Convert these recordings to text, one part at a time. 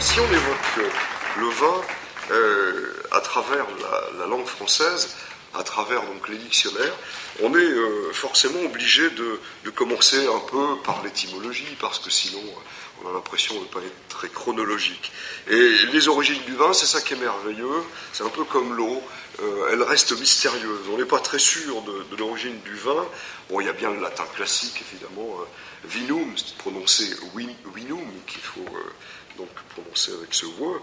si on évoque le vin à travers la langue française, à travers donc les dictionnaires, on est forcément obligé de commencer un peu par l'étymologie, parce que sinon on a l'impression de ne pas être très chronologique. Et les origines du vin, c'est ça qui est merveilleux, c'est un peu comme l'eau, elle reste mystérieuse. On n'est pas très sûr de l'origine du vin. Bon, il y a bien le latin classique, évidemment, vinum, prononcé vinum, qu'il faut donc prononcer avec ce voix.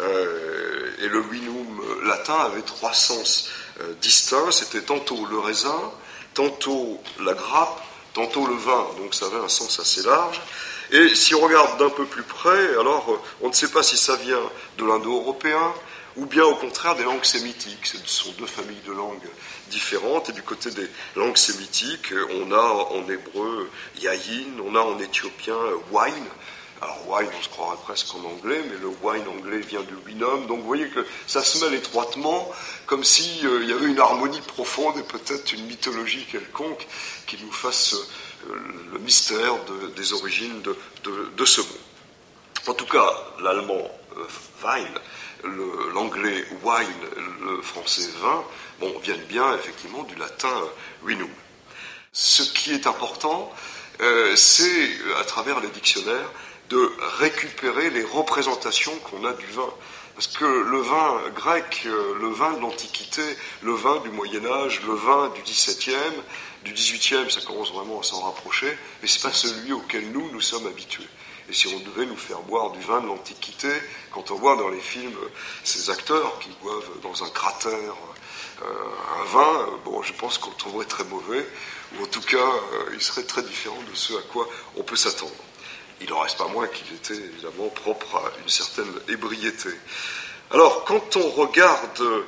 Et le vinum latin avait trois sens distincts. C'était tantôt le raisin, tantôt la grappe, tantôt le vin. Donc ça avait un sens assez large. Et si on regarde d'un peu plus près, alors on ne sait pas si ça vient de l'indo-européen ou bien au contraire des langues sémitiques. Ce sont deux familles de langues différentes. Et du côté des langues sémitiques, on a en hébreu yayin, on a en éthiopien wine. Alors wine, on se croirait presque en anglais, mais le wine anglais vient du winum. Donc vous voyez que ça se mêle étroitement, comme s'il y avait une harmonie profonde et peut-être une mythologie quelconque qui nous fasse le mystère des origines de ce mot. En tout cas, l'allemand Wein, l'anglais wine, le français vin, viennent bien effectivement du latin vinum. Ce qui est important, c'est à travers les dictionnaires de récupérer les représentations qu'on a du vin. Parce que le vin grec, le vin de l'Antiquité, le vin du Moyen-Âge, le vin du XVIIe, du XVIIIe, ça commence vraiment à s'en rapprocher, mais ce n'est pas celui auquel nous sommes habitués. Et si on devait nous faire boire du vin de l'Antiquité, quand on voit dans les films ces acteurs qui boivent dans un cratère un vin, je pense qu'on le trouverait très mauvais, ou en tout cas, il serait très différent de ce à quoi on peut s'attendre. Il n'en reste pas moins qu'il était évidemment propre à une certaine ébriété. Alors, quand on regarde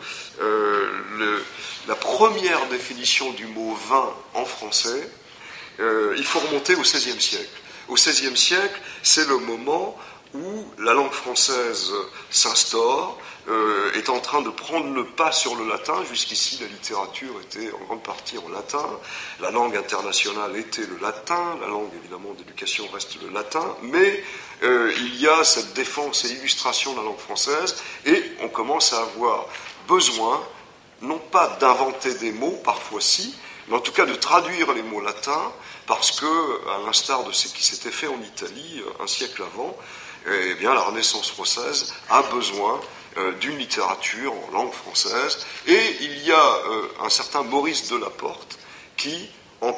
la première définition du mot vin en français, il faut remonter au XVIe siècle. Au XVIe siècle, c'est le moment où la langue française s'instaure, est en train de prendre le pas sur le latin. Jusqu'ici, la littérature était en grande partie en latin. La langue internationale était le latin. La langue, évidemment, d'éducation reste le latin. Mais il y a cette défense et illustration de la langue française. Et on commence à avoir besoin, non pas d'inventer des mots, parfois si, mais en tout cas de traduire les mots latins, parce que, à l'instar de ce qui s'était fait en Italie un siècle avant, eh bien, la Renaissance française a besoin d'une littérature en langue française. Et il y a un certain Maurice Delaporte qui, en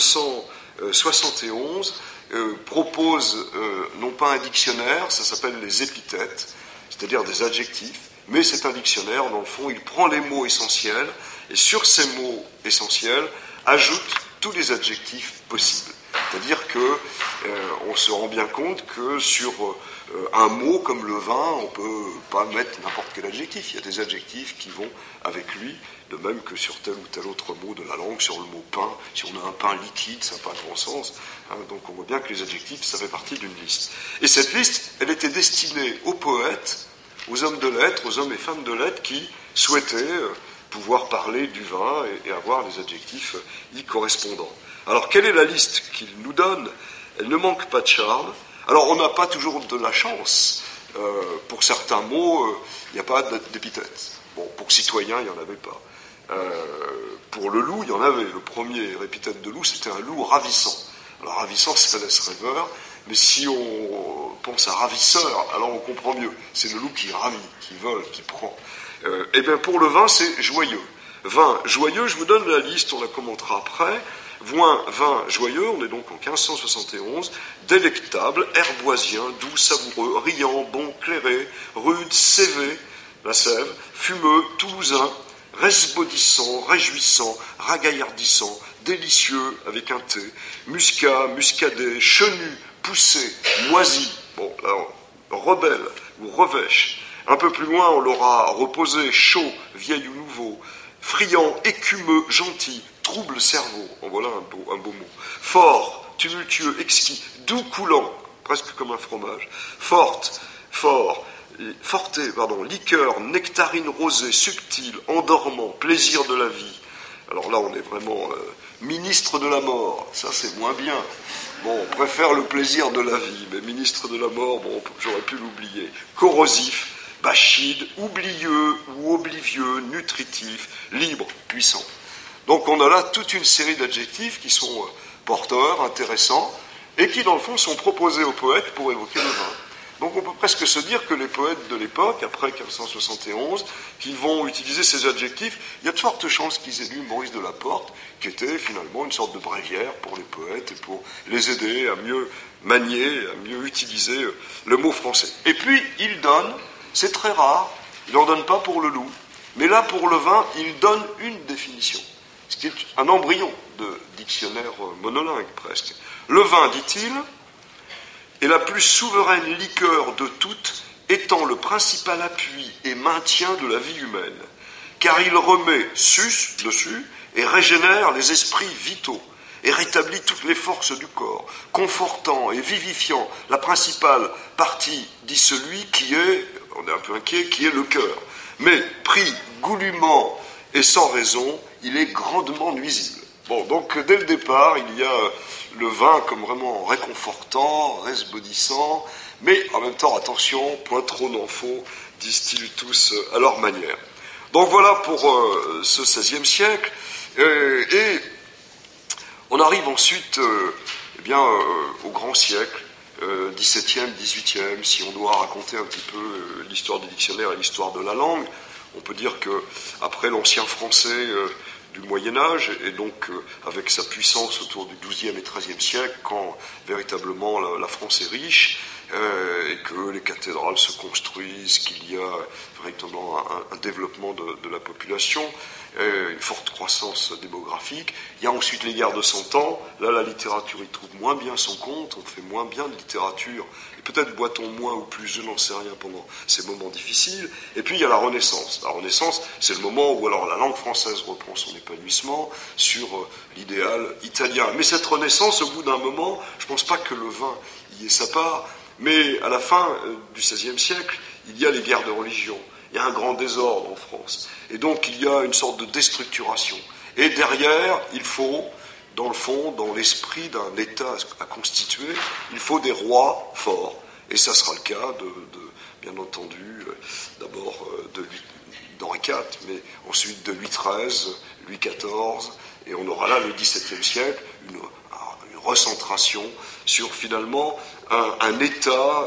1571, propose non pas un dictionnaire, ça s'appelle les épithètes, c'est-à-dire des adjectifs, mais c'est un dictionnaire, dans le fond, il prend les mots essentiels, et sur ces mots essentiels, ajoute tous les adjectifs possibles. C'est-à-dire qu'on se rend bien compte que sur un mot comme le vin, on ne peut pas mettre n'importe quel adjectif. Il y a des adjectifs qui vont avec lui, de même que sur tel ou tel autre mot de la langue, sur le mot pain. Si on a un pain liquide, ça n'a pas grand sens. Donc on voit bien que les adjectifs, ça fait partie d'une liste. Et cette liste, elle était destinée aux poètes, aux hommes de lettres, aux hommes et femmes de lettres qui souhaitaient pouvoir parler du vin et avoir les adjectifs y correspondants. Alors, quelle est la liste qu'il nous donne ? Elle ne manque pas de charme. Alors, on n'a pas toujours de la chance. Pour certains mots, il n'y a pas d'épithète. Bon, pour citoyen, il n'y en avait pas. Pour le loup, il y en avait. Le premier épithète de loup, c'était un loup ravissant. Alors, ravissant, ça laisse rêveur. Mais si on pense à ravisseur, alors on comprend mieux. C'est le loup qui ravit, qui vole, qui prend. Eh bien, pour le vin, c'est joyeux. Vin joyeux, je vous donne la liste, on la commentera après. Vin joyeux, on est donc en 1571, délectable, herboisien, doux, savoureux, riant, bon, clairé, rude, sévé, la sève, fumeux, toulousain, resbaudissant, réjouissant, ragaillardissant, délicieux avec un T, muscat, muscadet, chenu, poussé, moisi, bon, alors, rebelle ou revêche. Un peu plus loin, on l'aura reposé, chaud, vieil ou nouveau, friand, écumeux, gentil, trouble cerveau, en voilà un beau mot. Fort, tumultueux, exquis, doux coulant, presque comme un fromage. Forte, liqueur, nectarine rosée, subtile, endormant, plaisir de la vie. Alors là, on est vraiment ministre de la mort, ça c'est moins bien. Bon, on préfère le plaisir de la vie, mais ministre de la mort, bon, j'aurais pu l'oublier. Corrosif, bachide, oublieux ou oblivieux, nutritif, libre, puissant. Donc on a là toute une série d'adjectifs qui sont porteurs, intéressants, et qui dans le fond sont proposés aux poètes pour évoquer le vin. Donc on peut presque se dire que les poètes de l'époque, après 1571, qui vont utiliser ces adjectifs, il y a de fortes chances qu'ils aient lu Maurice de la Porte, qui était finalement une sorte de bréviaire pour les poètes et pour les aider à mieux manier, à mieux utiliser le mot français. Et puis il donne, c'est très rare, il n'en donne pas pour le loup, mais là pour le vin, il donne une définition, ce qui est un embryon de dictionnaire monolingue presque. Le vin, dit-il, est la plus souveraine liqueur de toutes, étant le principal appui et maintien de la vie humaine, car il remet dessus et régénère les esprits vitaux, et rétablit toutes les forces du corps, confortant et vivifiant la principale partie, dit celui qui est, on est un peu inquiet, qui est le cœur. Mais pris goulûment et sans raison, il est grandement nuisible. Bon, donc dès le départ, il y a le vin comme vraiment réconfortant, resbodissant, mais en même temps, attention, point trop n'en faut, disent-ils tous à leur manière. Donc voilà pour ce XVIe siècle, et on arrive ensuite au grand siècle, XVIIe, XVIIIe, si on doit raconter un petit peu l'histoire du dictionnaire et l'histoire de la langue. On peut dire qu'après l'ancien français du Moyen-Âge, et donc avec sa puissance autour du XIIe et XIIIe siècle, quand véritablement la France est riche, et que les cathédrales se construisent, qu'il y a véritablement un développement de la population, une forte croissance démographique. Il y a ensuite les guerres de 100 ans. Là, la littérature y trouve moins bien son compte, on fait moins bien de littérature, et peut-être boit-on moins ou plus, je n'en sais rien, pendant ces moments difficiles. Et puis il y a la Renaissance. La Renaissance, c'est le moment où alors la langue française reprend son épanouissement sur l'idéal italien. Mais cette Renaissance, au bout d'un moment, je ne pense pas que le vin y ait sa part, mais à la fin du XVIe siècle, il y a les guerres de religion. Il y a un grand désordre en France. Et donc, il y a une sorte de déstructuration. Et derrière, il faut, dans le fond, dans l'esprit d'un État à constituer, il faut des rois forts. Et ça sera le cas bien entendu, d'abord d'Henri IV, mais ensuite de Louis XIII, Louis XIV, et on aura là, le XVIIe siècle, une recentration sur, finalement, un État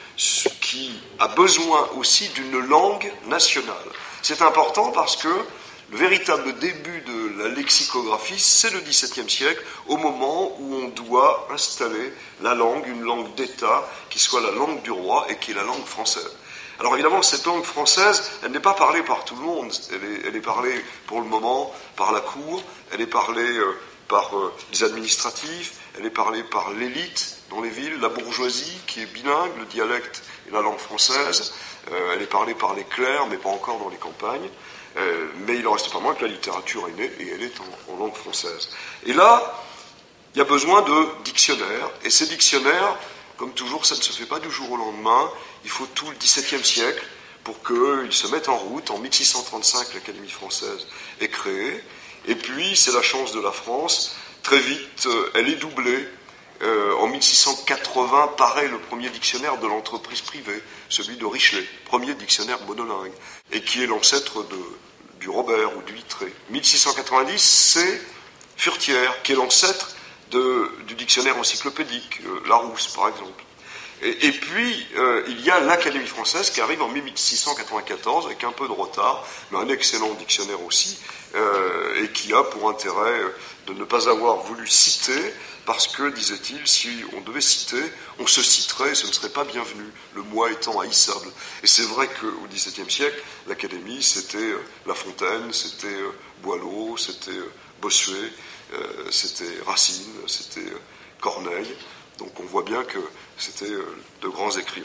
qui a besoin aussi d'une langue nationale. C'est important parce que le véritable début de la lexicographie, c'est le XVIIe siècle, au moment où on doit installer la langue, une langue d'État, qui soit la langue du roi et qui est la langue française. Alors évidemment, cette langue française, elle n'est pas parlée par tout le monde. Elle est parlée, pour le moment, par la cour, elle est parlée par les administratifs, elle est parlée par l'élite dans les villes, la bourgeoisie qui est bilingue, le dialecte et la langue française, elle est parlée par les clercs, mais pas encore dans les campagnes, mais il n'en reste pas moins que la littérature est née et elle est en langue française. Et là, il y a besoin de dictionnaires, et ces dictionnaires, comme toujours, ça ne se fait pas du jour au lendemain, il faut tout le XVIIe siècle pour qu'ils se mettent en route. En 1635, l'Académie française est créée, et puis c'est la chance de la France, très vite, elle est doublée. En 1680 paraît le premier dictionnaire de l'entreprise privée, celui de Richelet, premier dictionnaire monolingue, et qui est l'ancêtre du Robert ou du Littré. 1690, c'est Furetière, qui est l'ancêtre du dictionnaire encyclopédique, Larousse par exemple. Et puis, il y a l'Académie française qui arrive en 1694 avec un peu de retard, mais un excellent dictionnaire aussi, et qui a pour intérêt de ne pas avoir voulu citer, parce que, disait-il, si on devait citer, on se citerait et ce ne serait pas bienvenu, le moi étant haïssable. Et c'est vrai qu'au XVIIe siècle, l'Académie, c'était La Fontaine, c'était Boileau, c'était Bossuet, c'était Racine, c'était Corneille. Donc on voit bien que c'était de grands écrivains.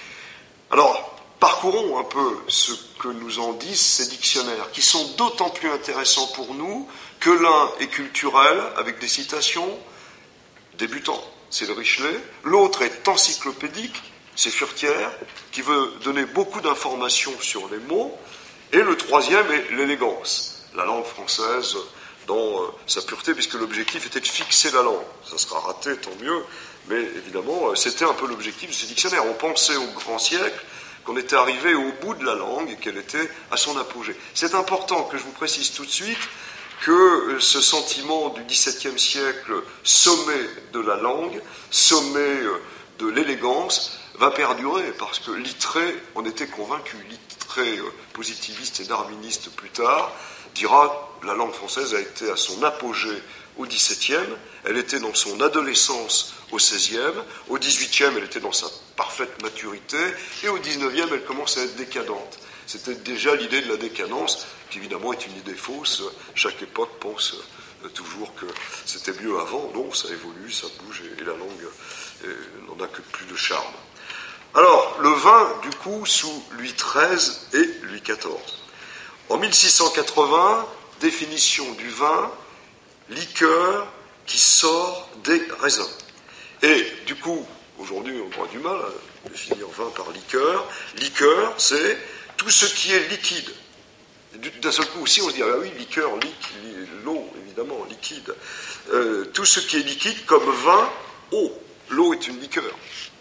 Alors, parcourons un peu ce que nous en disent ces dictionnaires, qui sont d'autant plus intéressants pour nous que l'un est culturel, avec des citations, débutant, c'est le Richelet, l'autre est encyclopédique, c'est Furetière, qui veut donner beaucoup d'informations sur les mots, et le troisième est l'élégance, la langue française dans sa pureté, puisque l'objectif était de fixer la langue. Ça sera raté, tant mieux, mais évidemment, c'était un peu l'objectif de ce dictionnaire. On pensait au grand siècle, qu'on était arrivé au bout de la langue et qu'elle était à son apogée. C'est important que je vous précise tout de suite que ce sentiment du XVIIe siècle, sommet de la langue, sommet de l'élégance, va perdurer, parce que Littré en était convaincu. Littré, positiviste et darwiniste plus tard, dira la langue française a été à son apogée au XVIIe, elle était dans son adolescence au XVIe, au XVIIIe elle était dans sa parfaite maturité, et au XIXe elle commence à être décadente. C'était déjà l'idée de la décadence, qui évidemment est une idée fausse. Chaque époque pense toujours que c'était mieux avant. Non, ça évolue, ça bouge, et la langue n'en a que plus de charme. Alors, le vin, du coup, sous Louis XIII et Louis XIV. En 1680, définition du vin, liqueur qui sort des raisins. Et du coup, aujourd'hui, on aura du mal à définir vin par liqueur. Liqueur, c'est tout ce qui est liquide. D'un seul coup aussi, on se dit, ah oui, liqueur, l'eau, évidemment, liquide. Tout ce qui est liquide, comme vin, eau. L'eau est une liqueur.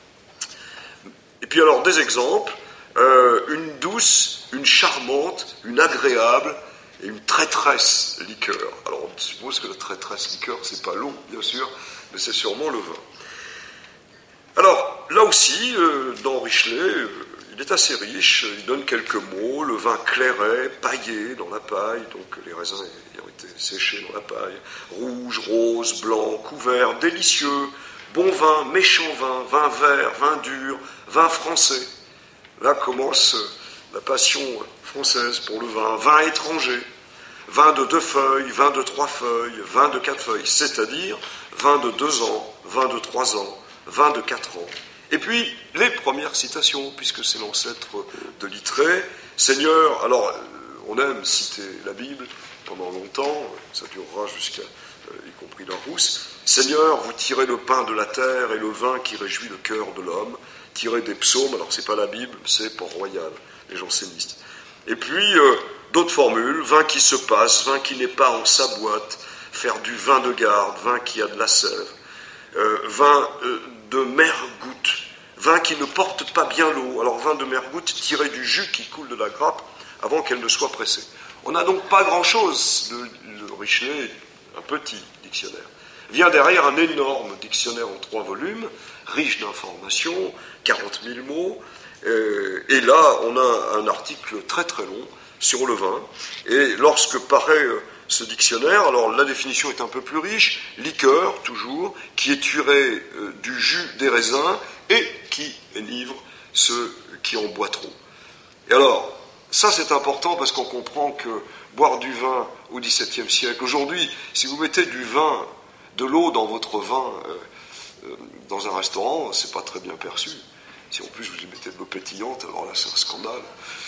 Et puis alors, des exemples, une douce, une charmante, une agréable et une traîtresse liqueur. Alors, on suppose que la traîtresse liqueur, c'est pas l'eau, bien sûr, mais c'est sûrement le vin. Alors, là aussi, dans Richelet, il est assez riche, il donne quelques mots, le vin clairet, paillé dans la paille, donc les raisins ayant été séchés dans la paille, rouge, rose, blanc, couvert, délicieux, bon vin, méchant vin, vin vert, vin dur, vin français. Là commence la passion française pour le vin, vin étranger, vin de 2 feuilles, vin de 3 feuilles, vin de 4 feuilles, c'est-à-dire vin de 2 ans, vin de 3 ans, vin de 4 ans. Et puis, les premières citations, puisque c'est l'ancêtre de Littré. Seigneur, alors, on aime citer la Bible pendant longtemps, ça durera jusqu'à, y compris la Rousse. Seigneur, vous tirez le pain de la terre et le vin qui réjouit le cœur de l'homme. Tirez des psaumes, alors c'est pas la Bible, c'est Port-Royal, les jansénistes. Et puis, d'autres formules, vin qui se passe, vin qui n'est pas en sa boîte, faire du vin de garde, vin qui a de la sève, vin de mergoutte, vin qui ne porte pas bien l'eau. Alors vin de mergoutte tiré du jus qui coule de la grappe avant qu'elle ne soit pressée. On n'a donc pas grand-chose. Le Richelet, un petit dictionnaire. Vient derrière un énorme dictionnaire en 3 volumes, riche d'informations, 40 000 mots. Et là, on a un article très très long sur le vin. Et lorsque paraît ce dictionnaire, alors la définition est un peu plus riche, liqueur, toujours, qui est tirée du jus des raisins et qui enivre ceux qui en boivent trop. Et alors, ça c'est important parce qu'on comprend que boire du vin au XVIIe siècle, aujourd'hui, si vous mettez du vin, de l'eau dans votre vin dans un restaurant, c'est pas très bien perçu. Si en plus vous y mettez de l'eau pétillante, alors là c'est un scandale.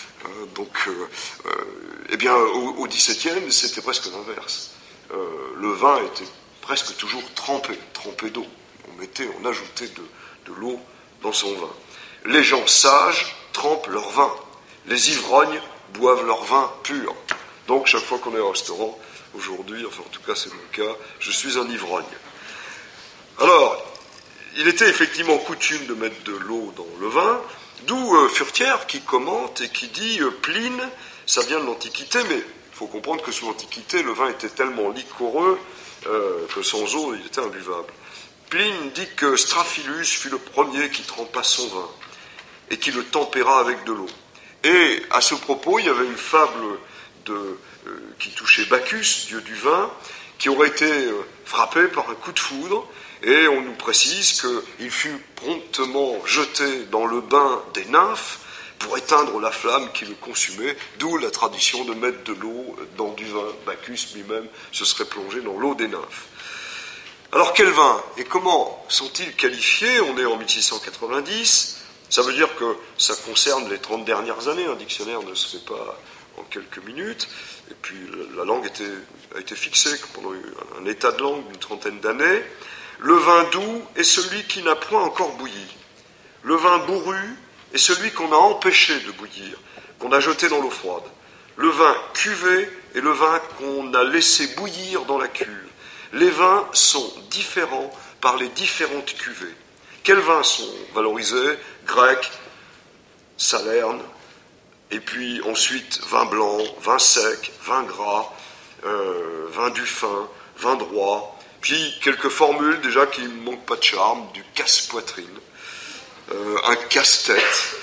Eh bien, au XVIIe, c'était presque l'inverse. Le vin était presque toujours trempé d'eau. On ajoutait de l'eau dans son vin. Les gens sages trempent leur vin. Les ivrognes boivent leur vin pur. Donc, chaque fois qu'on est au restaurant, aujourd'hui, enfin en tout cas c'est mon cas, je suis un ivrogne. Alors, il était effectivement coutume de mettre de l'eau dans le vin, d'où Furetière qui commente et qui dit Pline, ça vient de l'Antiquité, mais il faut comprendre que sous l'Antiquité, le vin était tellement liquoreux que sans eau, il était imbuvable. Pline dit que Straphilus fut le premier qui trempa son vin et qui le tempéra avec de l'eau. Et à ce propos, il y avait une fable qui touchait Bacchus, dieu du vin, qui aurait été frappé par un coup de foudre. Et on nous précise qu'il fut promptement jeté dans le bain des nymphes pour éteindre la flamme qui le consumait, d'où la tradition de mettre de l'eau dans du vin. Bacchus lui-même se serait plongé dans l'eau des nymphes. Alors quel vin et comment sont-ils qualifiés? On est en 1690, ça veut dire que ça concerne les 30 dernières années, un dictionnaire ne se fait pas en quelques minutes, et puis la langue a été fixée pendant un état de langue d'une 30aine d'années. Le vin doux est celui qui n'a point encore bouilli. Le vin bourru est celui qu'on a empêché de bouillir, qu'on a jeté dans l'eau froide. le vin cuvé et le vin qu'on a laissé bouillir dans la cuve. Les vins sont différents par les différentes cuvées. Quels vins sont valorisés? Grec, Salerne, et puis ensuite vin blanc, vin sec, vin gras, vin du fin, vin droit, puis quelques formules déjà qui ne manquent pas de charme, du casse-poitrine, un casse-tête,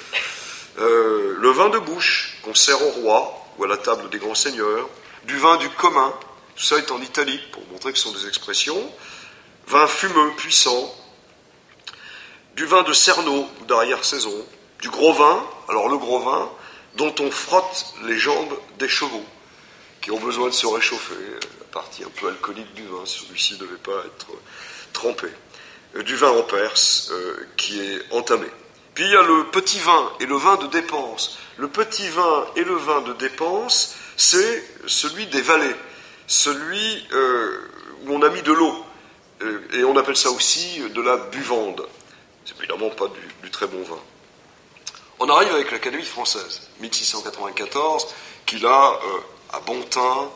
le vin de bouche qu'on sert au roi ou à la table des grands seigneurs, du vin du commun, tout ça est en italique pour montrer que ce sont des expressions, vin fumeux, puissant, du vin de Cerneau ou d'arrière-saison, du gros vin, alors le gros vin, dont on frotte les jambes des chevaux, qui ont besoin de se réchauffer, la partie un peu alcoolique du vin, celui-ci ne devait pas être trempé. Du vin en Perse, qui est entamé. Puis il y a le petit vin et le vin de dépense. Le petit vin et le vin de dépense, c'est celui des vallées, celui où on a mis de l'eau, et on appelle ça aussi de la buvande. C'est évidemment pas du très bon vin. On arrive avec l'Académie française, 1694, qui là a bon teint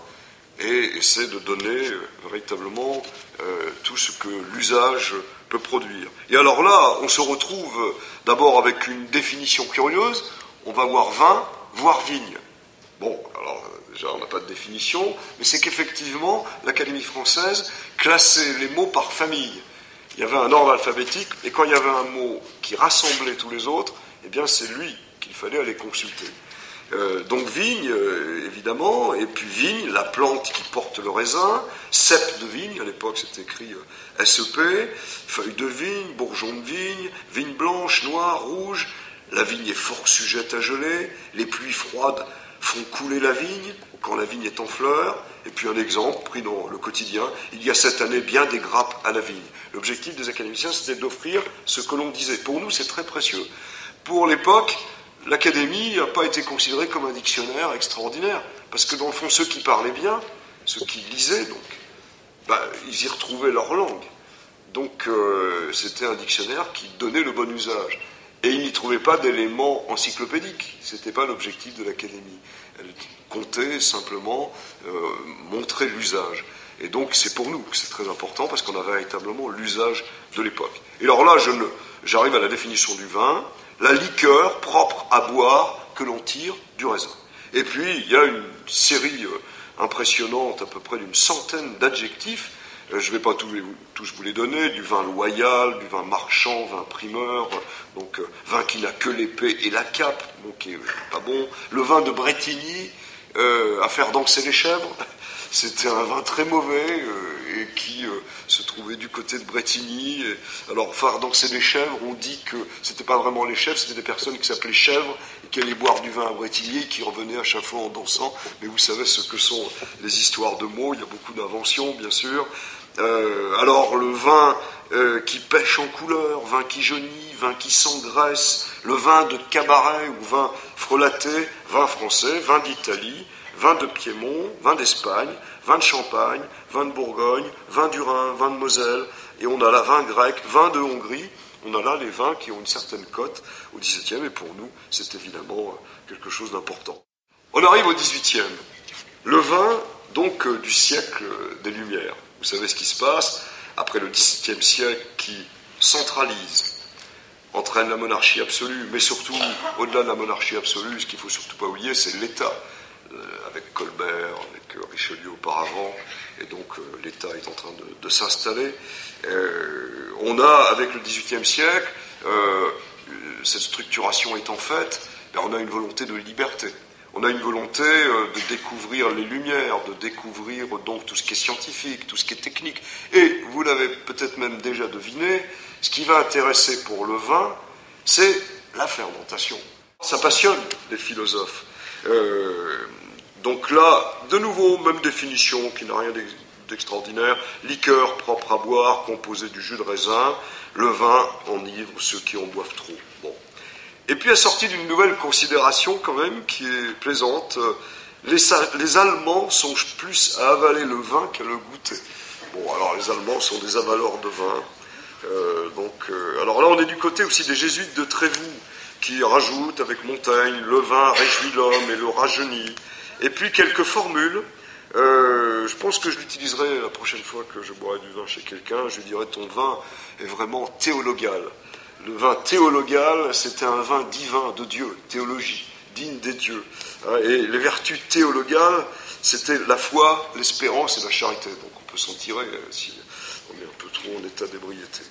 et essaie de donner véritablement tout ce que l'usage peut produire. Et alors là, on se retrouve d'abord avec une définition curieuse, on va voir vin, voire vigne. Bon, alors déjà on n'a pas de définition, mais c'est qu'effectivement l'Académie française classait les mots par famille. Il y avait un ordre alphabétique, et quand il y avait un mot qui rassemblait tous les autres, eh bien c'est lui qu'il fallait aller consulter. Donc vigne, évidemment, et puis vigne, la plante qui porte le raisin, cep de vigne, à l'époque c'était écrit SEP, feuille de vigne, bourgeon de vigne, vigne blanche, noire, rouge, la vigne est fort sujette à geler, les pluies froides font couler la vigne quand la vigne est en fleurs, et puis un exemple pris dans le quotidien, il y a cette année bien des grappes à la vigne. L'objectif des académiciens c'était d'offrir ce que l'on disait. Pour nous c'est très précieux. Pour l'époque, l'Académie n'a pas été considérée comme un dictionnaire extraordinaire, parce que dans le fond, ceux qui parlaient bien, ceux qui lisaient, donc, ils y retrouvaient leur langue. Donc, c'était un dictionnaire qui donnait le bon usage. Et ils n'y trouvaient pas d'éléments encyclopédiques. Ce n'était pas l'objectif de l'Académie. Elle comptait simplement montrer l'usage. Et donc, c'est pour nous que c'est très important, parce qu'on a véritablement l'usage de l'époque. Et alors là, j'arrive à la définition du vin. La liqueur propre à boire que l'on tire du raisin. Et puis, il y a une série impressionnante, à peu près d'une centaine d'adjectifs. Je ne vais pas tous vous les donner, du vin loyal, du vin marchand, vin primeur, donc vin qui n'a que l'épée et la cape, donc qui n'est pas bon. Le vin de Bretigny, à faire danser les chèvres. C'était un vin très mauvais et qui se trouvait du côté de Bretigny. Alors, faire danser les chèvres, on dit que c'était pas vraiment les chèvres, c'était des personnes qui s'appelaient chèvres et qui allaient boire du vin à Bretigny et qui revenaient à chaque fois en dansant. Mais vous savez ce que sont les histoires de mots, il y a beaucoup d'inventions, bien sûr. Alors, le vin qui pêche en couleur, vin qui jaunit, vin qui s'engraisse, le vin de cabaret ou vin frelaté, vin français, vin d'Italie, vin de Piémont, vin d'Espagne, vin de Champagne, vin de Bourgogne, vin du Rhin, vin de Moselle, et on a là vin grec, vin de Hongrie, on a là les vins qui ont une certaine cote au XVIIe, et pour nous, c'est évidemment quelque chose d'important. On arrive au XVIIIe. Le vin, donc, du siècle des Lumières. Vous savez ce qui se passe après le XVIIe siècle qui centralise, entraîne la monarchie absolue, mais surtout, au-delà de la monarchie absolue, ce qu'il ne faut surtout pas oublier, c'est l'État. Avec Colbert, avec Richelieu auparavant, et donc l'État est en train de s'installer. On a, avec le XVIIIe siècle, cette structuration étant faite, on a une volonté de liberté. On a une volonté de découvrir les Lumières, de découvrir donc tout ce qui est scientifique, tout ce qui est technique. Et, vous l'avez peut-être même déjà deviné, ce qui va intéresser pour le vin, c'est la fermentation. Ça passionne les philosophes. Donc là, de nouveau, même définition qui n'a rien d'extraordinaire, liqueur propre à boire, composée du jus de raisin, le vin enivre ceux qui en boivent trop. Bon. Et puis assorti d'une nouvelle considération quand même qui est plaisante, les Allemands songent plus à avaler le vin qu'à le goûter. Bon, alors les Allemands sont des avaleurs de vin. Alors là, on est du côté aussi des jésuites de Trévoux, qui rajoute avec Montaigne, le vin réjouit l'homme et le rajeunit. Et puis quelques formules. Je pense que je l'utiliserai la prochaine fois que je boirai du vin chez quelqu'un. Je lui dirai: ton vin est vraiment théologal. Le vin théologal, c'était un vin divin de Dieu, théologie, digne des dieux. Et les vertus théologales, c'était la foi, l'espérance et la charité. Donc on peut s'en tirer si on est un peu trop en état d'ébriété.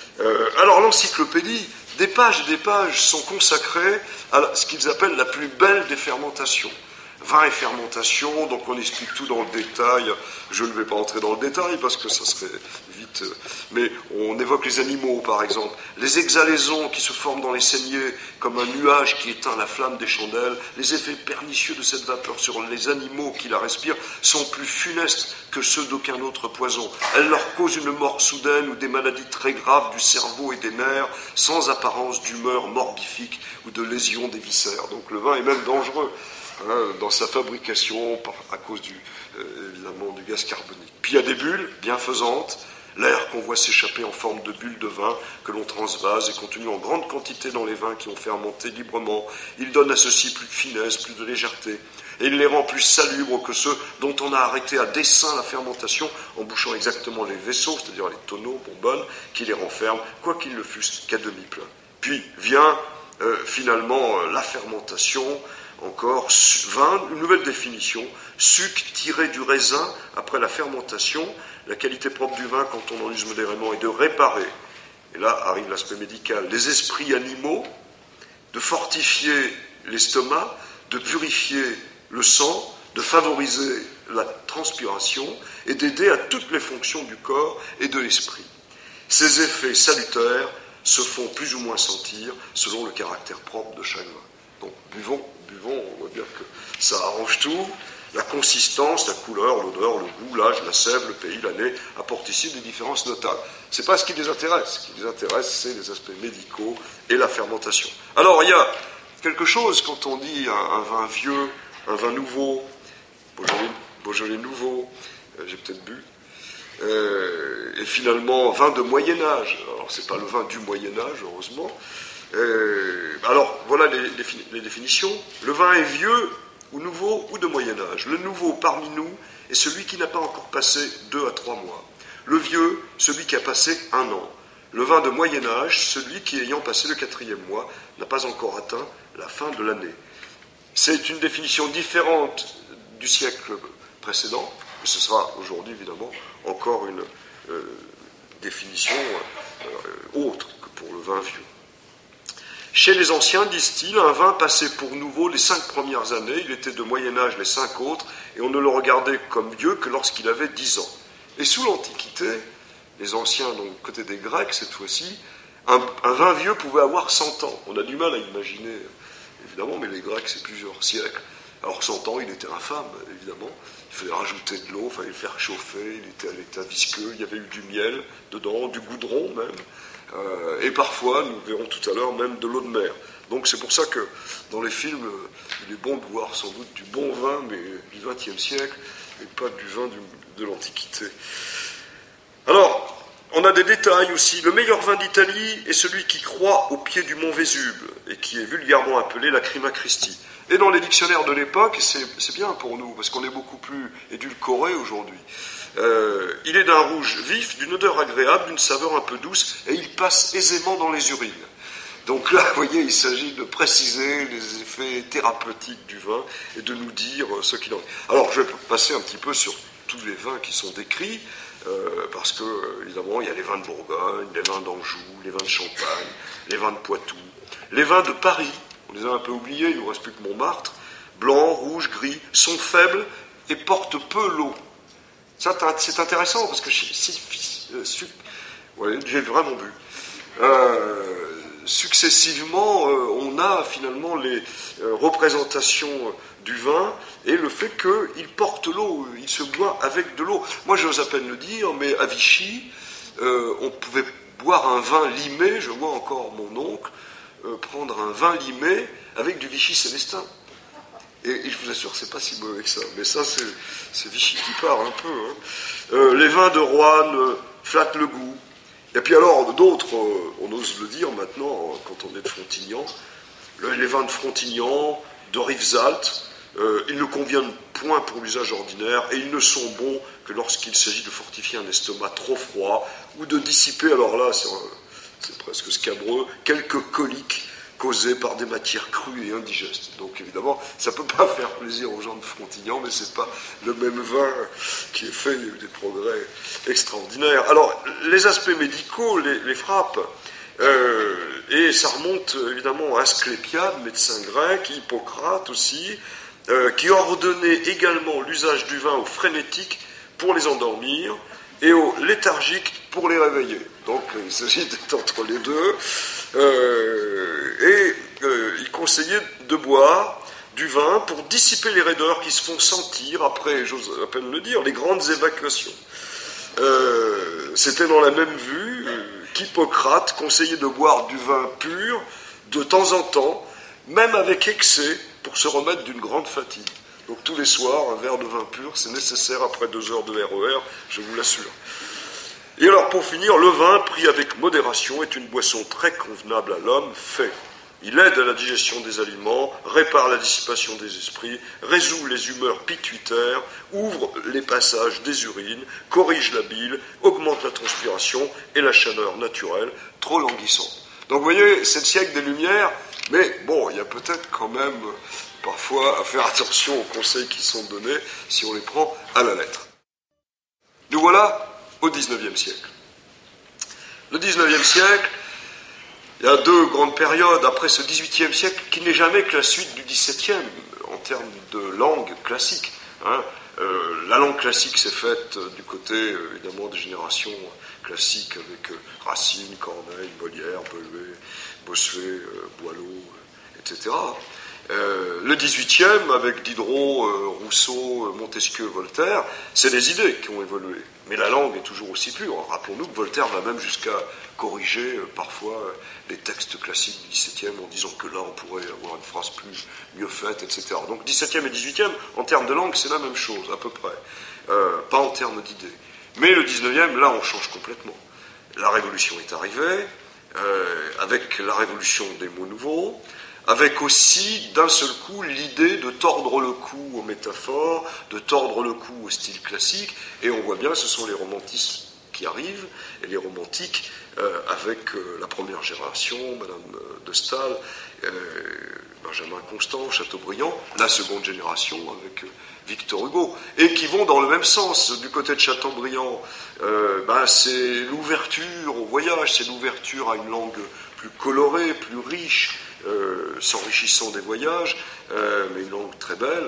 Alors l'encyclopédie, des pages et des pages sont consacrées à ce qu'ils appellent la plus belle des fermentations. Vin et fermentation, donc on explique tout dans le détail. Je ne vais pas entrer dans le détail parce que ça serait vite... Mais on évoque les animaux, par exemple. Les exhalaisons qui se forment dans les saignées, comme un nuage qui éteint la flamme des chandelles. Les effets pernicieux de cette vapeur sur les animaux qui la respirent sont plus funestes que ceux d'aucun autre poison. Elle leur cause une mort soudaine ou des maladies très graves du cerveau et des nerfs, sans apparence d'humeur morbifique ou de lésion des viscères. Donc le vin est même dangereux dans sa fabrication à cause évidemment du gaz carbonique. Puis il y a des bulles bienfaisantes, l'air qu'on voit s'échapper en forme de bulles de vin que l'on transvase est contenu en grande quantité dans les vins qui ont fermenté librement. Il donne à ceux-ci plus de finesse, plus de légèreté, et il les rend plus salubres que ceux dont on a arrêté à dessein la fermentation en bouchant exactement les vaisseaux, c'est-à-dire les tonneaux, bonbonnes, qui les renferment, quoi qu'ils ne fussent qu'à demi-pleins. Puis vient finalement la fermentation. Encore, vin, une nouvelle définition, suc tiré du raisin après la fermentation. La qualité propre du vin, quand on en use modérément, est de réparer, et là arrive l'aspect médical, les esprits animaux, de fortifier l'estomac, de purifier le sang, de favoriser la transpiration et d'aider à toutes les fonctions du corps et de l'esprit. Ces effets salutaires se font plus ou moins sentir selon le caractère propre de chaque vin. Donc buvons, on voit bien que ça arrange tout. La consistance, la couleur, l'odeur, le goût, l'âge, la sève, le pays, l'année apportent ici des différences notables. Ce n'est pas ce qui les intéresse. Ce qui les intéresse, c'est les aspects médicaux et la fermentation. Alors, il y a quelque chose quand on dit un vin vieux, un vin nouveau, Beaujolais nouveau, j'ai peut-être bu, et finalement, vin de Moyen-Âge. Alors, ce n'est pas le vin du Moyen-Âge, heureusement. Alors, voilà les définitions. Le vin est vieux, ou nouveau, ou de Moyen-Âge. Le nouveau parmi nous est celui qui n'a pas encore passé 2 à 3 mois. Le vieux, celui qui a passé 1 an. Le vin de Moyen-Âge, celui qui, ayant passé le 4e mois, n'a pas encore atteint la fin de l'année. C'est une définition différente du siècle précédent, mais ce sera aujourd'hui, évidemment, encore une définition autre que pour le vin vieux. Chez les anciens, disent-ils, un vin passé pour nouveau les 5 premières années, il était de Moyen-Âge les 5 autres, et on ne le regardait comme vieux que lorsqu'il avait 10 ans. Et sous l'Antiquité, les anciens, donc côté des Grecs cette fois-ci, un vin vieux pouvait avoir 100 ans. On a du mal à imaginer, évidemment, mais les Grecs, c'est plusieurs siècles. Alors 100 ans, il était infâme, évidemment. Il fallait rajouter de l'eau, il fallait le faire chauffer, il était à l'état visqueux, il y avait eu du miel dedans, du goudron même. Et parfois, nous verrons tout à l'heure, même de l'eau de mer. Donc c'est pour ça que dans les films, il est bon de boire sans doute du bon vin, mais du XXe siècle, et pas du vin de l'Antiquité. Alors, on a des détails aussi. Le meilleur vin d'Italie est celui qui croît au pied du mont Vésube, et qui est vulgairement appelé Lacrima Christi. Et dans les dictionnaires de l'époque, c'est bien pour nous, parce qu'on est beaucoup plus édulcoré aujourd'hui. Il est d'un rouge vif, d'une odeur agréable, d'une saveur un peu douce, et il passe aisément dans les urines. Donc là, vous voyez, il s'agit de préciser les effets thérapeutiques du vin et de nous dire ce qu'il en est. Alors, je vais passer un petit peu sur tous les vins qui sont décrits, parce que, évidemment, il y a les vins de Bourgogne, les vins d'Anjou, les vins de Champagne, les vins de Poitou, les vins de Paris, on les a un peu oubliés, il ne nous reste plus que Montmartre, blanc, rouge, gris, sont faibles et portent peu l'eau. Ça, c'est intéressant parce que j'ai vraiment bu. Successivement, on a finalement les représentations du vin et le fait qu'il porte l'eau, il se boit avec de l'eau. Moi, j'ose à peine le dire, mais à Vichy, on pouvait boire un vin limé, je vois encore mon oncle prendre un vin limé avec du Vichy Célestin. Et je vous assure, c'est pas si mauvais que ça. Mais ça, c'est Vichy qui part un peu. Hein. Les vins de Roanne flattent le goût. Et puis alors, d'autres, on ose le dire maintenant, quand on est de Frontignan, les vins de Frontignan, de Rivesaltes, ils ne conviennent point pour l'usage ordinaire, et ils ne sont bons que lorsqu'il s'agit de fortifier un estomac trop froid, ou de dissiper, alors là, c'est presque scabreux, quelques coliques causées par des matières crues et indigestes. Donc évidemment, ça ne peut pas faire plaisir aux gens de Frontignan, mais ce n'est pas le même vin qui est fait, il y a eu des progrès extraordinaires. Alors, les aspects médicaux les frappent, et ça remonte évidemment à Asclépiade, médecin grec, Hippocrate aussi, qui ordonnait également l'usage du vin aux frénétiques pour les endormir et aux léthargiques pour les réveiller. Donc il s'agit d'être entre les deux. Il conseillait de boire du vin pour dissiper les raideurs qui se font sentir après, j'ose à peine le dire, les grandes évacuations. C'était dans la même vue qu'Hippocrate conseillait de boire du vin pur de temps en temps, même avec excès, pour se remettre d'une grande fatigue. Donc tous les soirs, un verre de vin pur, c'est nécessaire après 2 heures de RER, je vous l'assure. Et alors pour finir, le vin, pris avec modération, est une boisson très convenable à l'homme fait. Il aide à la digestion des aliments, répare la dissipation des esprits, résout les humeurs pituitaires, ouvre les passages des urines, corrige la bile, augmente la transpiration et la chaleur naturelle, trop languissante. Donc vous voyez, c'est le siècle des Lumières, mais bon, il y a peut-être quand même parfois à faire attention aux conseils qui sont donnés si on les prend à la lettre. Nous voilà au XIXe siècle. Le XIXe siècle, il y a 2 grandes périodes après ce XVIIIe siècle qui n'est jamais que la suite du XVIIe en termes de langue classique. La langue classique s'est faite du côté évidemment des générations classiques avec Racine, Corneille, Molière, Bossuet, Boileau, etc. Le XVIIIe, avec Diderot, Rousseau, Montesquieu, Voltaire, c'est des idées qui ont évolué. Mais la langue est toujours aussi pure. Rappelons-nous que Voltaire va même jusqu'à corriger parfois les textes classiques du XVIIe en disant que là on pourrait avoir une phrase mieux faite, etc. Donc XVIIe et XVIIIe, en termes de langue, c'est la même chose, à peu près. Pas en termes d'idées. Mais le XIXe, là on change complètement. La Révolution est arrivée, avec la révolution des mots nouveaux, avec aussi, d'un seul coup, l'idée de tordre le cou aux métaphores, de tordre le cou au style classique, et on voit bien, ce sont les romantismes qui arrivent, et les romantiques, avec la première génération, Madame de Staël, Benjamin Constant, Chateaubriand, la seconde génération, avec Victor Hugo, et qui vont dans le même sens. Du côté de Chateaubriand, c'est l'ouverture au voyage, c'est l'ouverture à une langue plus colorée, plus riche, s'enrichissant des voyages, mais une langue très belle.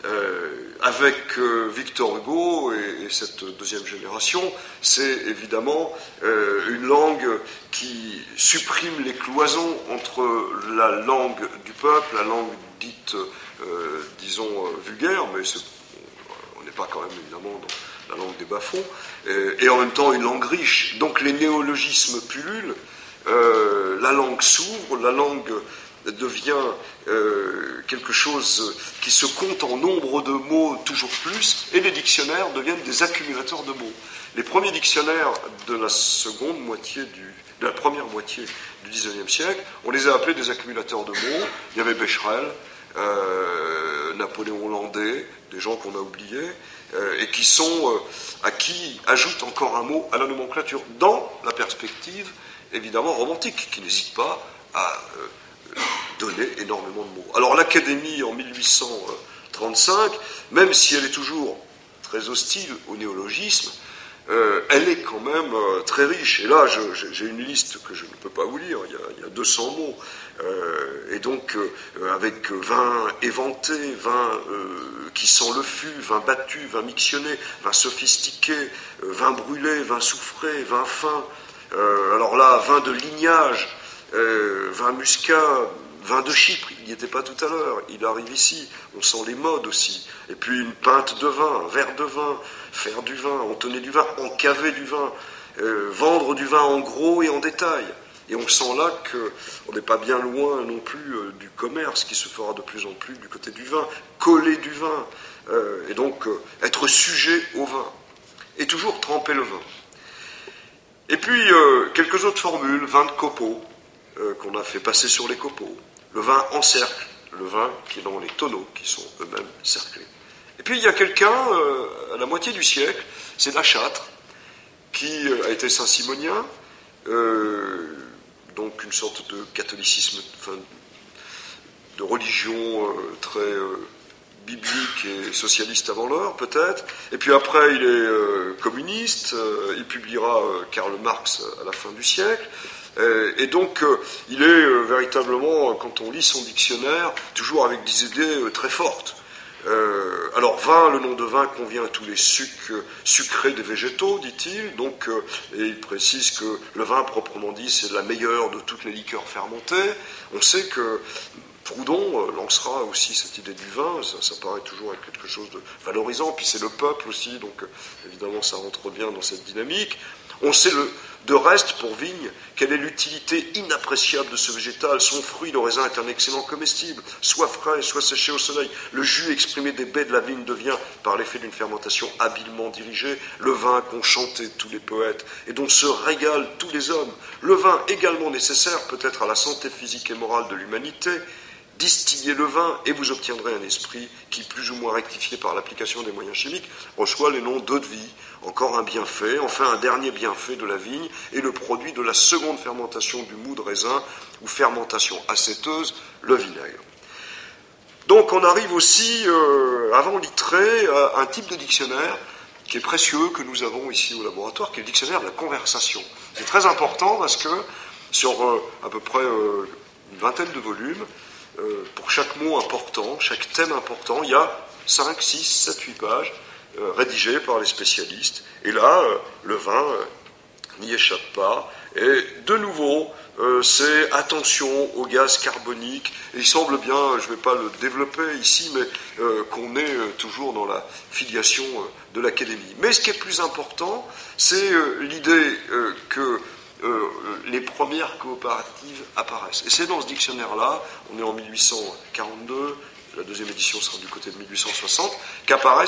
Avec Victor Hugo et cette deuxième génération, c'est évidemment une langue qui supprime les cloisons entre la langue du peuple, la langue dite, disons, vulgaire, mais on n'est pas quand même évidemment dans la langue des bas-fonds, et en même temps une langue riche. Donc les néologismes pullulent, la langue s'ouvre, la langue devient quelque chose qui se compte en nombre de mots toujours plus, et les dictionnaires deviennent des accumulateurs de mots. Les premiers dictionnaires de la première moitié du XIXe siècle, on les a appelés des accumulateurs de mots. Il y avait Becherel, Napoléon Landais, des gens qu'on a oubliés, et à qui ajoutent encore un mot à la nomenclature, dans la perspective évidemment romantique, qui n'hésite pas à donner énormément de mots. Alors l'Académie en 1835, même si elle est toujours très hostile au néologisme, elle est quand même très riche. Et là, j'ai une liste que je ne peux pas vous lire, il y a 200 mots. Et donc, avec vin éventé, vin qui sent le fût, vin battu, vin mixionné, vin sophistiqué, vin brûlé, vin soufré, vin fin. Alors là, vin de lignage, vin muscat, vin de Chypre, il n'y était pas tout à l'heure, il arrive ici, on sent les modes aussi. Et puis une pinte de vin, un verre de vin, faire du vin, entonner du vin, encaver du vin, vendre du vin en gros et en détail. Et on sent là qu'on n'est pas bien loin non plus du commerce qui se fera de plus en plus du côté du vin, coller du vin, et donc être sujet au vin, et toujours tremper le vin. Et puis quelques autres formules, vin de copeaux, qu'on a fait passer sur les copeaux, le vin en cercle, le vin qui est dans les tonneaux, qui sont eux-mêmes cerclés. Et puis il y a quelqu'un, à la moitié du siècle, c'est La Châtre, qui a été saint-simonien, donc une sorte de catholicisme, enfin, de religion très biblique et socialiste avant l'heure, peut-être. Et puis après, il est communiste, il publiera Karl Marx à la fin du siècle. Et donc, il est véritablement, quand on lit son dictionnaire, toujours avec des idées très fortes. Alors, vin, le nom de vin convient à tous les sucs sucrés des végétaux, dit-il. Donc, et il précise que le vin, proprement dit, c'est la meilleure de toutes les liqueurs fermentées. On sait que Proudhon lancera aussi cette idée du vin, ça paraît toujours être quelque chose de valorisant, puis c'est le peuple aussi, donc évidemment ça rentre bien dans cette dynamique. On sait de reste, pour vigne, quelle est l'utilité inappréciable de ce végétal. Son fruit, le raisin, est un excellent comestible, soit frais, soit séché au soleil. Le jus exprimé des baies de la vigne devient, par l'effet d'une fermentation habilement dirigée, le vin qu'ont chanté tous les poètes et dont se régalent tous les hommes. Le vin également nécessaire, peut-être à la santé physique et morale de l'humanité. Distillez le vin et vous obtiendrez un esprit qui, plus ou moins rectifié par l'application des moyens chimiques, reçoit les noms d'eau de vie, encore un bienfait, enfin un dernier bienfait de la vigne, et le produit de la seconde fermentation du mou de raisin, ou fermentation acéteuse, le vinaigre. Donc on arrive aussi, avant Littré, à un type de dictionnaire qui est précieux, que nous avons ici au laboratoire, qui est le dictionnaire de la conversation. C'est très important parce que sur à peu près une vingtaine de volumes, pour chaque mot important, chaque thème important, il y a 5, 6, 7, 8 pages rédigées par les spécialistes. Et là, le vin n'y échappe pas. Et de nouveau, c'est attention aux gaz carboniques. Et il semble bien, je ne vais pas le développer ici, mais qu'on est toujours dans la filiation de l'académie. Mais ce qui est plus important, c'est l'idée que les premières coopératives apparaissent. Et c'est dans ce dictionnaire-là, on est en 1842, la deuxième édition sera du côté de 1860, qu'apparaît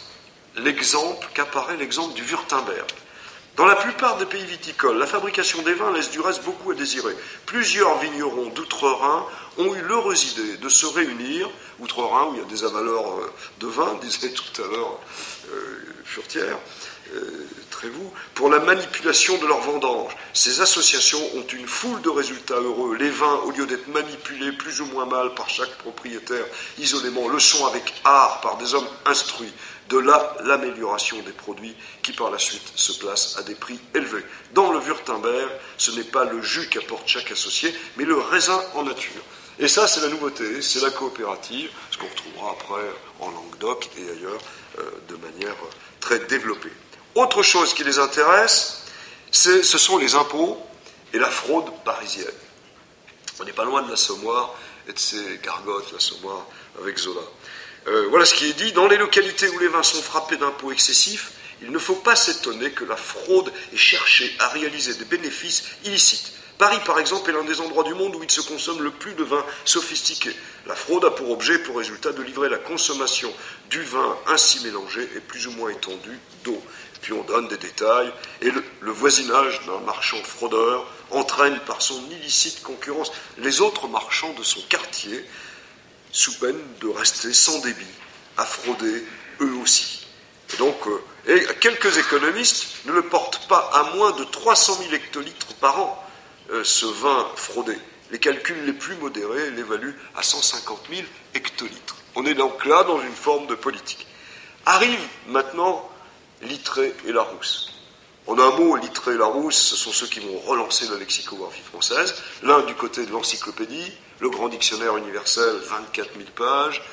l'exemple du Württemberg. Dans la plupart des pays viticoles, la fabrication des vins laisse du reste beaucoup à désirer. Plusieurs vignerons d'Outre-Rhin ont eu l'heureuse idée de se réunir, Outre-Rhin où il y a des avaleurs de vin, disait tout à l'heure Furtière, Trévoux, pour la manipulation de leurs vendanges. Ces associations ont une foule de résultats heureux. Les vins, au lieu d'être manipulés plus ou moins mal par chaque propriétaire isolément, le sont avec art par des hommes instruits. De là, l'amélioration des produits qui, par la suite, se placent à des prix élevés. Dans le Württemberg, ce n'est pas le jus qu'apporte chaque associé, mais le raisin en nature. Et ça, c'est la nouveauté, c'est la coopérative, ce qu'on retrouvera après en Languedoc et ailleurs de manière très développée. Autre chose qui les intéresse, ce sont les impôts et la fraude parisienne. On n'est pas loin de l'Assommoir et de ces gargotes, l'Assommoir avec Zola. Voilà ce qui est dit. Dans les localités où les vins sont frappés d'impôts excessifs, il ne faut pas s'étonner que la fraude ait cherché à réaliser des bénéfices illicites. Paris, par exemple, est l'un des endroits du monde où il se consomme le plus de vins sophistiqués. La fraude a pour objet et pour résultat de livrer la consommation du vin ainsi mélangé et plus ou moins étendu d'eau. Puis on donne des détails, et le voisinage d'un marchand fraudeur entraîne par son illicite concurrence les autres marchands de son quartier, sous peine de rester sans débit, à frauder eux aussi. Et donc, et quelques économistes ne le portent pas à moins de 300 000 hectolitres par an, ce vin fraudé. Les calculs les plus modérés l'évaluent à 150 000 hectolitres. On est donc là dans une forme de politique. Arrive maintenant Littré et Larousse. En un mot, Littré et Larousse, ce sont ceux qui vont relancer la lexicographie française. L'un du côté de l'encyclopédie, le grand dictionnaire universel, 24 000 pages,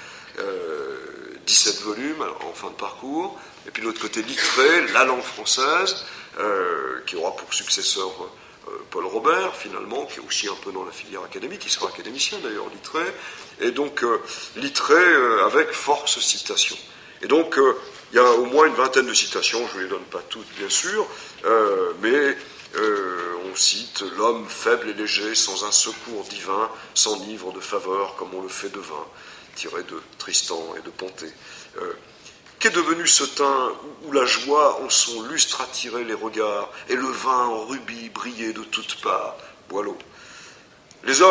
17 volumes en fin de parcours. Et puis de l'autre côté, Littré, la langue française, qui aura pour successeur Paul Robert, finalement, qui est aussi un peu dans la filière académique, qui sera académicien d'ailleurs, Littré. Et donc, Littré avec force citation. Et donc, il y a au moins une vingtaine de citations, je ne les donne pas toutes bien sûr, mais on cite « L'homme faible et léger, sans un secours divin, s'enivre de faveur comme on le fait de vin », tiré de Tristan et de Pontet. Qu'est devenu ce teint où la joie en son lustre attirait les regards, et le vin en rubis brillait de toutes parts, Boileau. Les hommes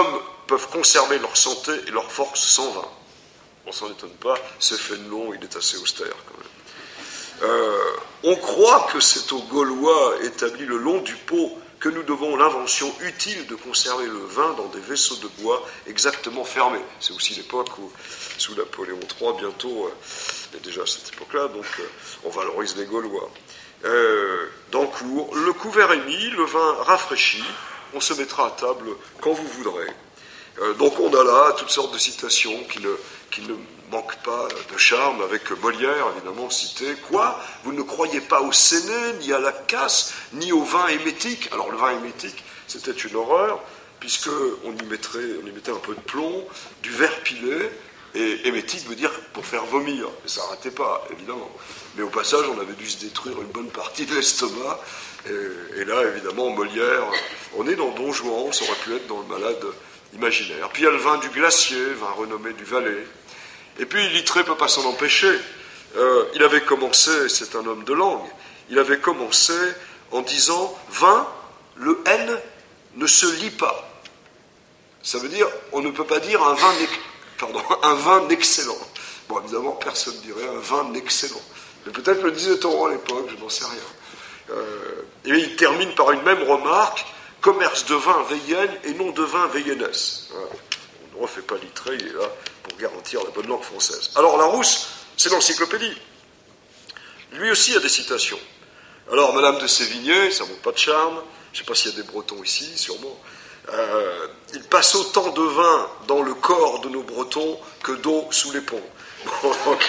peuvent conserver leur santé et leur force sans vin. On s'en étonne pas, ce Fénelon, il est assez austère quand même. On croit que c'est aux Gaulois établis le long du Pô que nous devons l'invention utile de conserver le vin dans des vaisseaux de bois exactement fermés. C'est aussi l'époque où, sous Napoléon III, bientôt, et déjà à cette époque-là, donc on valorise les Gaulois. D'Ancourt, le couvert est mis, le vin rafraîchi, on se mettra à table quand vous voudrez. Donc on a là toutes sortes de citations qui ne manquent pas de charme, avec Molière évidemment cité. Quoi ? Vous ne croyez pas au séné, ni à la casse, ni au vin émétique ? Alors le vin émétique, c'était une horreur, puisqu'on y mettait un peu de plomb, du verre pilé, et émétique veut dire pour faire vomir. Et ça n'arrêtait pas, évidemment. Mais au passage, on avait dû se détruire une bonne partie de l'estomac. Et là, évidemment, Molière, on est dans Don Juan, ça aurait pu être dans le Malade imaginaire. Puis il y a le vin du glacier, vin renommé du Valais. Et puis Littré ne peut pas s'en empêcher. Il avait commencé, c'est un homme de langue, il avait commencé en disant « vin, le N ne se lit pas ». Ça veut dire, on ne peut pas dire un vin excellent. Bon, évidemment, personne ne dirait un vin excellent. Mais peut-être le disait-on à l'époque, je n'en sais rien. Et il termine par une même remarque, commerce de vin veillenne et non de vin veillennesse. Voilà. On ne refait pas Littré, il est là pour garantir la bonne langue française. Alors Larousse, c'est l'encyclopédie. Lui aussi a des citations. Alors Madame de Sévigné, ça ne manque pas de charme, je ne sais pas s'il y a des Bretons ici, sûrement. Il passe autant de vin dans le corps de nos Bretons que d'eau sous les ponts. Bon, donc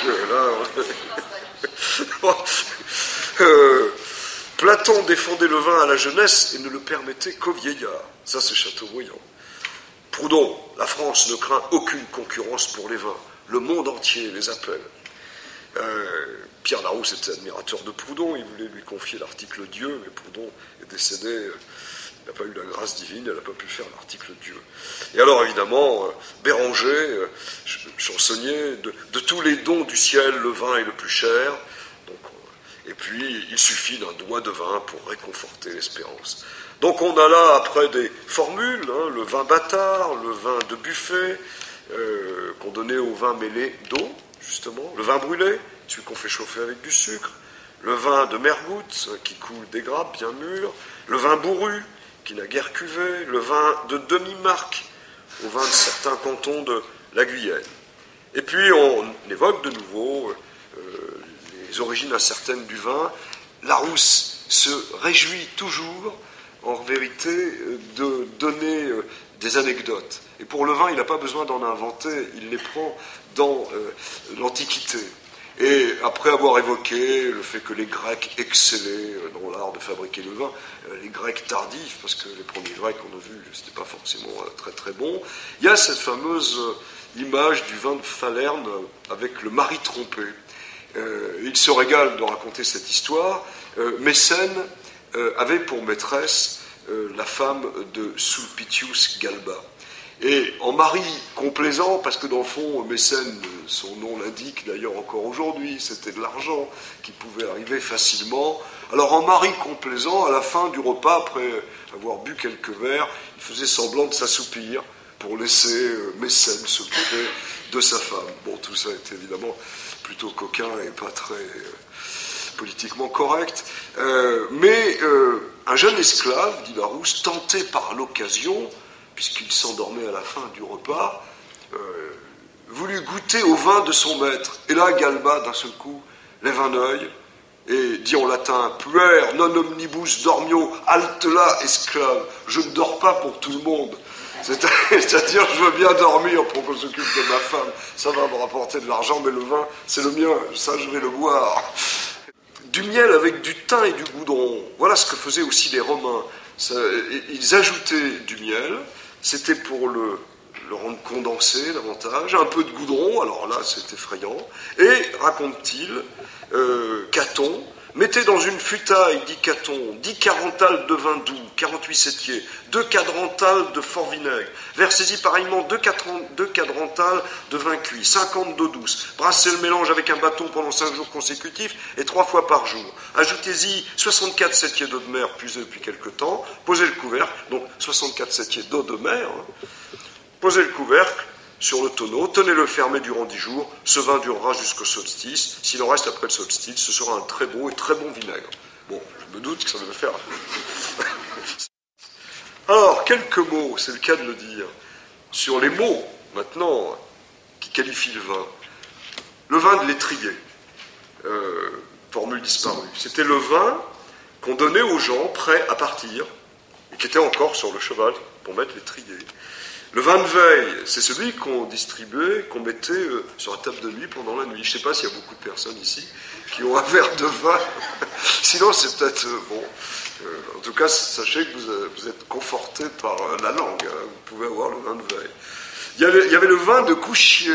là, Platon défendait le vin à la jeunesse et ne le permettait qu'aux vieillards. Ça, c'est Chateaubriand. Proudhon, la France ne craint aucune concurrence pour les vins. Le monde entier les appelle. Pierre Larousse était admirateur de Proudhon, il voulait lui confier l'article Dieu, mais Proudhon est décédé, il n'a pas eu la grâce divine, elle n'a pas pu faire l'article Dieu. Et alors évidemment, Béranger, chansonnier, de tous les dons du ciel, le vin est le plus cher, donc, et puis il suffit d'un doigt de vin pour réconforter l'espérance. Donc on a là après des formules, le vin bâtard, le vin de buffet, qu'on donnait au vin mêlé d'eau, justement, le vin brûlé, celui qu'on fait chauffer avec du sucre, le vin de mergoutte, qui coule des grappes bien mûres, le vin bourru, qui n'a guère cuvé, le vin de demi-marque, au vin de certains cantons de la Guyenne. Et puis on évoque de nouveau les origines incertaines du vin. Larousse se réjouit toujours, en vérité, de donner des anecdotes. Et pour le vin, il n'a pas besoin d'en inventer, il les prend dans l'Antiquité. Et après avoir évoqué le fait que les Grecs excellaient dans l'art de fabriquer le vin, les Grecs tardifs, parce que les premiers Grecs qu'on a vus, c'était pas forcément très très bon, il y a cette fameuse image du vin de Falerne avec le mari trompé. Il se régale de raconter cette histoire. Mécène avait pour maîtresse la femme de Sulpicius Galba. Et en mari complaisant, parce que dans le fond, Mécène, son nom l'indique d'ailleurs encore aujourd'hui, c'était de l'argent qui pouvait arriver facilement. Alors en mari complaisant, à la fin du repas, après avoir bu quelques verres, il faisait semblant de s'assoupir pour laisser Mécène s'occuper de sa femme. Bon, tout ça est évidemment plutôt coquin et pas très politiquement correct. Mais un jeune esclave, dit Larousse, tenté par l'occasion, puisqu'il s'endormait à la fin du repas, voulut goûter au vin de son maître. Et là, Galba, d'un seul coup, lève un œil et dit en latin « Puer non omnibus dormio, halte là, esclave, je ne dors pas pour tout le monde. » C'est-à-dire, je veux bien dormir pour qu'on s'occupe de ma femme, ça va me rapporter de l'argent, mais le vin, c'est le mien, ça, je vais le boire. Du miel avec du thym et du goudron, voilà ce que faisaient aussi les Romains. Ils ajoutaient du miel, c'était pour le rendre condensé davantage, un peu de goudron, alors là c'est effrayant, et, raconte-t-il, Caton mettait dans une futaille, dit Caton, 10 quarantales de vin doux, 48 septiers, 2 quadrantales de fort vinaigre, versez-y pareillement 2 quadrantales de vin cuit, 50 d'eau douce, brassez le mélange avec un bâton pendant 5 jours consécutifs et 3 fois par jour. Ajoutez-y 64 septiers d'eau de mer puisée depuis quelque temps, posez le couvercle, donc 64 septiers d'eau de mer, posez le couvercle sur le tonneau, tenez-le fermé durant 10 jours, ce vin durera jusqu'au solstice, s'il en reste après le solstice, ce sera un très beau et très bon vinaigre. Bon, je me doute que ça va le faire. Alors, quelques mots, c'est le cas de le dire, sur les mots, maintenant, qui qualifient le vin. Le vin de l'étrier, formule disparue. C'était le vin qu'on donnait aux gens prêts à partir, et qui était encore sur le cheval pour mettre l'étrier. Le vin de veille, c'est celui qu'on distribuait, qu'on mettait sur la table de nuit pendant la nuit. Je ne sais pas s'il y a beaucoup de personnes ici qui ont un verre de vin. Sinon, c'est peut-être... bon. En tout cas, sachez que vous êtes conforté par la langue. Hein. Vous pouvez avoir le vin de veille. Il y avait le vin de couchier,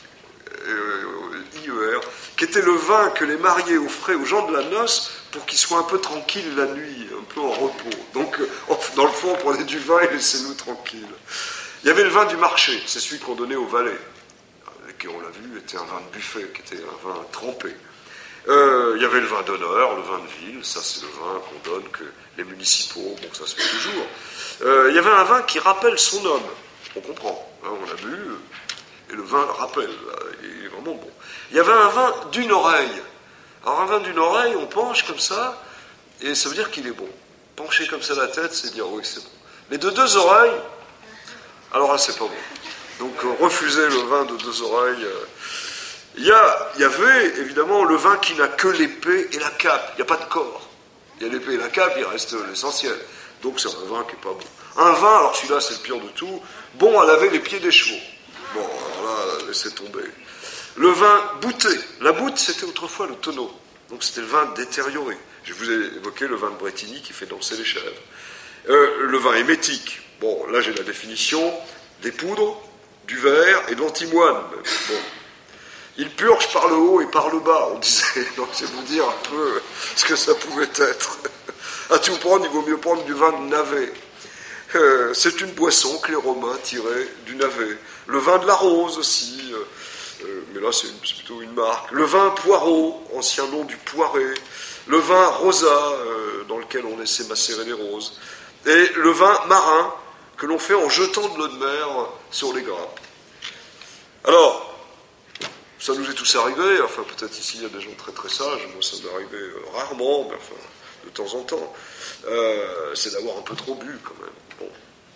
IER, qui était le vin que les mariés offraient aux gens de la noce pour qu'ils soient un peu tranquilles la nuit, un peu en repos. Donc, dans le fond, on prenait du vin et laissez-nous tranquilles. Il y avait le vin du marché, c'est celui qu'on donnait aux valets, qui, on l'a vu, était un vin de buffet, qui était un vin trempé. Il y avait le vin d'honneur, le vin de ville, ça c'est le vin qu'on donne que les municipaux, bon ça se fait toujours. Il y avait un vin qui rappelle son homme, on comprend, hein, on l'a bu, et le vin rappelle, il est vraiment bon. Il y avait un vin d'une oreille. Alors un vin d'une oreille, on penche comme ça, et ça veut dire qu'il est bon. Pencher comme ça la tête, c'est dire oui c'est bon. Mais de deux oreilles, alors là c'est pas bon. Donc refusez le vin de deux oreilles. Il y avait évidemment le vin qui n'a que l'épée et la cape, il n'y a pas de corps. Il y a l'épée et la cape, il reste l'essentiel. Donc c'est un vin qui n'est pas bon. Un vin, alors celui-là c'est le pire de tout, bon à laver les pieds des chevaux. Bon, alors là, laissez tomber. Le vin bouté. La boute, c'était autrefois le tonneau. Donc c'était le vin détérioré. Je vous ai évoqué le vin de Bretigny qui fait danser les chèvres. Le vin émétique. Bon, là j'ai la définition des poudres, du verre et de l'antimoine. Bon. Il purge par le haut et par le bas, on disait. Donc c'est vous dire un peu ce que ça pouvait être. À tout prendre, il vaut mieux prendre du vin de navet. C'est une boisson que les Romains tiraient du navet. Le vin de la rose aussi, mais là c'est plutôt une marque. Le vin poireau, ancien nom du poiré. Le vin rosa, dans lequel on laissait macérer les roses. Et le vin marin, que l'on fait en jetant de l'eau de mer sur les grappes. Alors, ça nous est tous arrivé, enfin peut-être ici il y a des gens très très sages, moi ça m'est arrivé rarement, mais enfin de temps en temps, c'est d'avoir un peu trop bu quand même. Bon.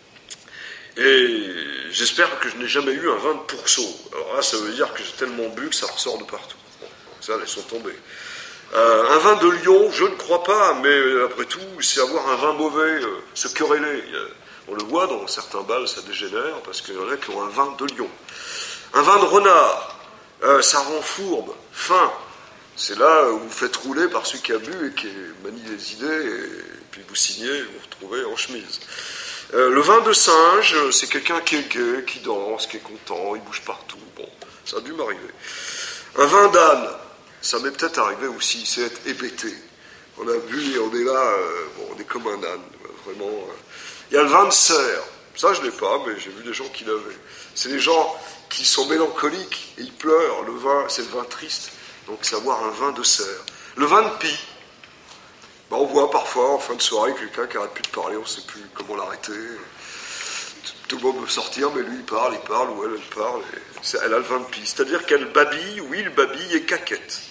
Et j'espère que je n'ai jamais eu un vin de pourceau. Alors là ça veut dire que j'ai tellement bu que ça ressort de partout. Bon, ça, elles sont tombées. Un vin de Lyon, je ne crois pas, mais après tout, c'est avoir un vin mauvais, se quereller. On le voit dans certains bals, ça dégénère, parce qu'il y en a qui ont un vin de Lyon. Un vin de renard, ça rend fourbe, fin. C'est là où vous faites rouler par celui qui a bu et qui manie les idées, et puis vous signez, vous vous retrouvez en chemise. Le vin de singe, c'est quelqu'un qui est gai, qui danse, qui est content, il bouge partout. Bon, ça a dû m'arriver. Un vin d'âne, ça m'est peut-être arrivé aussi, c'est être hébété. On a bu et on est là, bon, on est comme un âne, vraiment. Il y a le vin de cerf, ça je ne l'ai pas, mais j'ai vu des gens qui l'avaient. C'est les gens qui sont mélancoliques et ils pleurent. Le vin, c'est le vin triste, donc savoir un vin de cerf. Le vin de pie, ben, on voit parfois en fin de soirée quelqu'un qui n'arrête plus de parler, on ne sait plus comment l'arrêter. Tout le monde veut sortir, mais lui il parle, ou elle parle. Elle a le vin de pie, c'est-à-dire qu'elle babille, oui, il babille et caquette.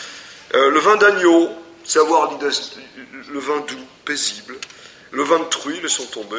Le vin d'agneau, c'est avoir le vin doux, paisible. Le vin de truie, laissons tomber,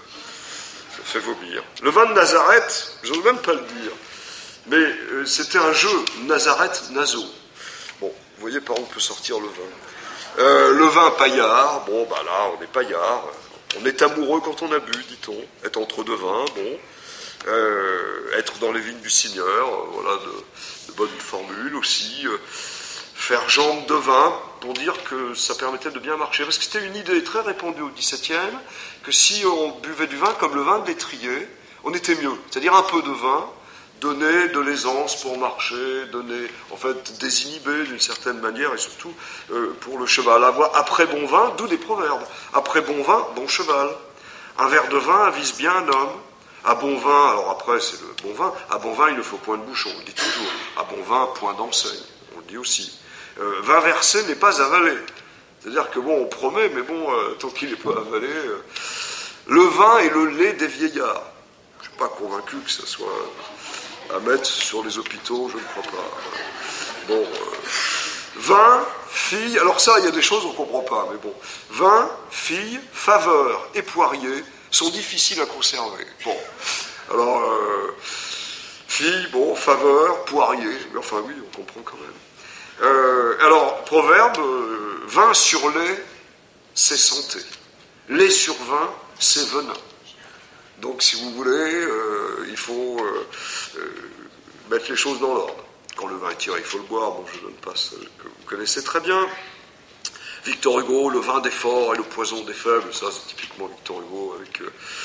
ça fait vomir. Le vin de Nazareth, je n'ose même pas le dire, mais c'était un jeu, Nazareth-Nazo. Bon, vous voyez par où peut sortir le vin. Le vin paillard, bon, bah là, on est paillard. On est amoureux quand on a bu, dit-on. Être entre deux vins, bon. Être dans les vignes du Seigneur, voilà, de bonnes formules aussi. Faire jambe de vin, pour dire que ça permettait de bien marcher. Parce que c'était une idée très répandue au XVIIe, que si on buvait du vin comme le vin de l'étrier, on était mieux. C'est-à-dire un peu de vin, donner de l'aisance pour marcher, donner, en fait, désinhiber d'une certaine manière, et surtout pour le cheval. Avoir après bon vin, d'où des proverbes. Après bon vin, bon cheval. Un verre de vin avise bien un homme. À bon vin, alors après c'est le bon vin, à bon vin il ne faut point de bouchon, on le dit toujours. À bon vin, point d'enseigne, on le dit aussi. Vin versé n'est pas avalé. C'est-à-dire que bon, on promet, mais bon, tant qu'il n'est pas avalé. Le vin est le lait des vieillards. Je ne sais Pas convaincu que ça soit à mettre sur les hôpitaux, je ne crois pas. Bon, vin, filles, alors ça, il y a des choses qu'on ne comprend pas, mais bon. Vin, filles, faveurs et poiriers sont difficiles à conserver. Bon, alors, filles, bon, faveurs, poiriers, mais enfin oui, on comprend quand même. Alors, proverbe, vin sur lait, c'est santé. Lait sur vin, c'est venin. Donc, si vous voulez, il faut mettre les choses dans l'ordre. Quand le vin est tiré, il faut le boire. Bon, je ne donne pas ce que vous connaissez très bien. Victor Hugo, le vin des forts et le poison des faibles. Ça, c'est typiquement Victor Hugo avec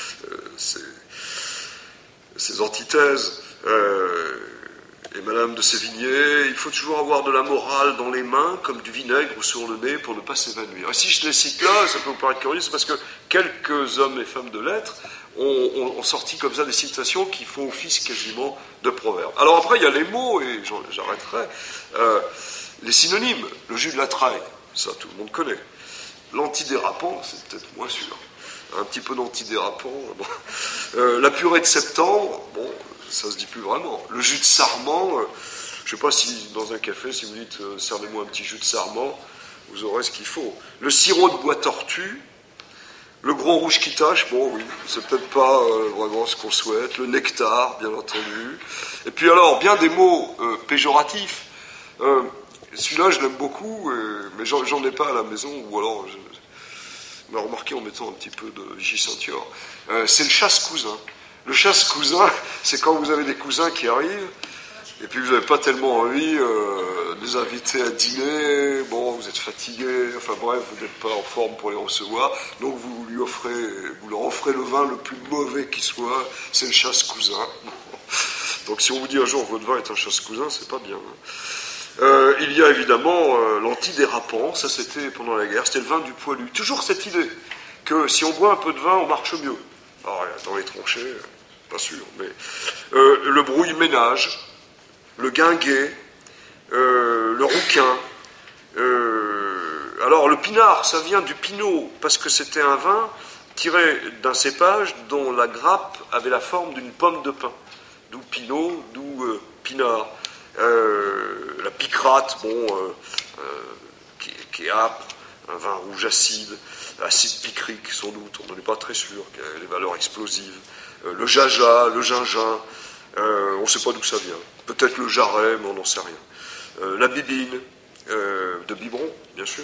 ses antithèses. Et Madame de Sévigné, il faut toujours avoir de la morale dans les mains, comme du vinaigre sur le nez, pour ne pas s'évanouir. Et si je les cite là, ça peut vous paraître curieux, c'est parce que quelques hommes et femmes de lettres ont sorti comme ça des citations qui font office quasiment de proverbes. Alors après, il y a les mots, et j'arrêterai. Les synonymes, le jus de la traille, ça tout le monde connaît. L'antidérapant, c'est peut-être moins sûr. Un petit peu d'antidérapant. Bon. La purée de septembre, bon, ça se dit plus vraiment. Le jus de sarment, je ne sais pas si dans un café, si vous dites servez-moi un petit jus de sarment, vous aurez ce qu'il faut. Le sirop de bois tortue, le gros rouge qui tache, bon oui, c'est peut-être pas vraiment ce qu'on souhaite. Le nectar, bien entendu. Et puis alors, bien des mots péjoratifs. Celui-là, je l'aime beaucoup, mais j'en ai pas à la maison, ou alors je m'ai remarqué en mettant un petit peu de Vichy Ceinture. C'est le chasse-cousin. Le chasse-cousin, c'est quand vous avez des cousins qui arrivent, et puis vous n'avez pas tellement envie de les inviter à dîner, bon, vous êtes fatigué, enfin bref, vous n'êtes pas en forme pour les recevoir, donc vous leur offrez le vin le plus mauvais qui soit, c'est le chasse-cousin. Donc si on vous dit un jour votre vin est un chasse-cousin, c'est pas bien. Il y a évidemment l'antidérapant, ça c'était pendant la guerre, c'était le vin du poilu. Toujours cette idée que si on boit un peu de vin, on marche mieux. Alors, dans les tranchées, pas sûr, mais le brouille-ménage, le guinguet, le rouquin. Alors le pinard, ça vient du pinot, parce que c'était un vin tiré d'un cépage dont la grappe avait la forme d'une pomme de pin. D'où pinot, d'où pinard. La picrate, bon, qui est âpre, un vin rouge acide picrique sans doute, on n'en est pas très sûr, qui a des valeurs explosives. Le jaja, le gingin, on ne sait pas d'où ça vient. Peut-être le jarret, mais on n'en sait rien. La bibine, de biberon, bien sûr.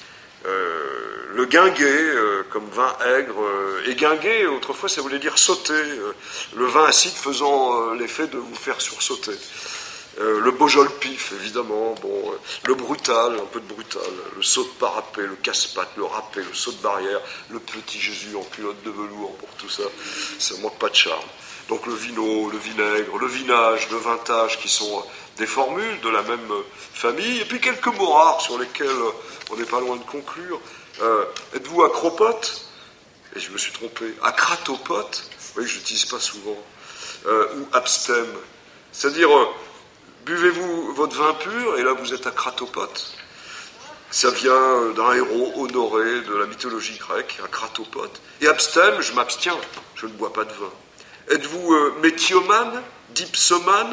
Le guinguet, comme vin aigre. Et guinguet, autrefois, ça voulait dire sauter. Le vin acide faisant l'effet de vous faire sursauter. Le Beaujolpif, évidemment, bon, le brutal, un peu de brutal, le saut de parapet, le casse-pattes, le râpé, le saut de barrière, le petit Jésus en culotte de velours, pour tout ça, ça ne manque pas de charme. Donc le vino, le vinaigre, le vinage, le vintage, qui sont des formules de la même famille, et puis quelques mots rares sur lesquels on n'est pas loin de conclure. Êtes-vous acropote ? Et je me suis trompé. Acratopote ? Oui, je n'utilise pas souvent. Ou abstème. C'est-à-dire... buvez-vous votre vin pur, et là vous êtes acratopote. Ça vient d'un héros honoré de la mythologie grecque, acratopote. Et abstème, je m'abstiens, je ne bois pas de vin. Êtes-vous métiomane, dipsomane ?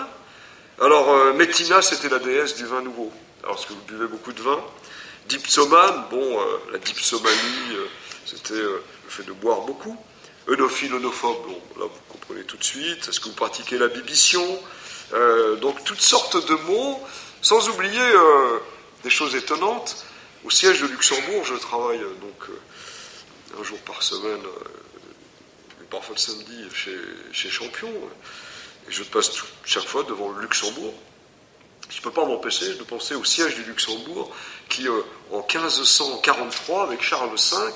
Alors, Métina, c'était la déesse du vin nouveau. Alors, est-ce que vous buvez beaucoup de vin ? Dipsomane, bon, la dipsomanie, c'était le fait de boire beaucoup. Eunophile, onophobe, bon, là vous comprenez tout de suite. Est-ce que vous pratiquez la bibition ? Donc toutes sortes de mots, sans oublier des choses étonnantes. Au siège de Luxembourg, je travaille donc un jour par semaine, parfois le samedi, chez Champion, et je passe chaque fois devant le Luxembourg. Je ne peux pas m'empêcher de penser au siège du Luxembourg qui, en 1543, avec Charles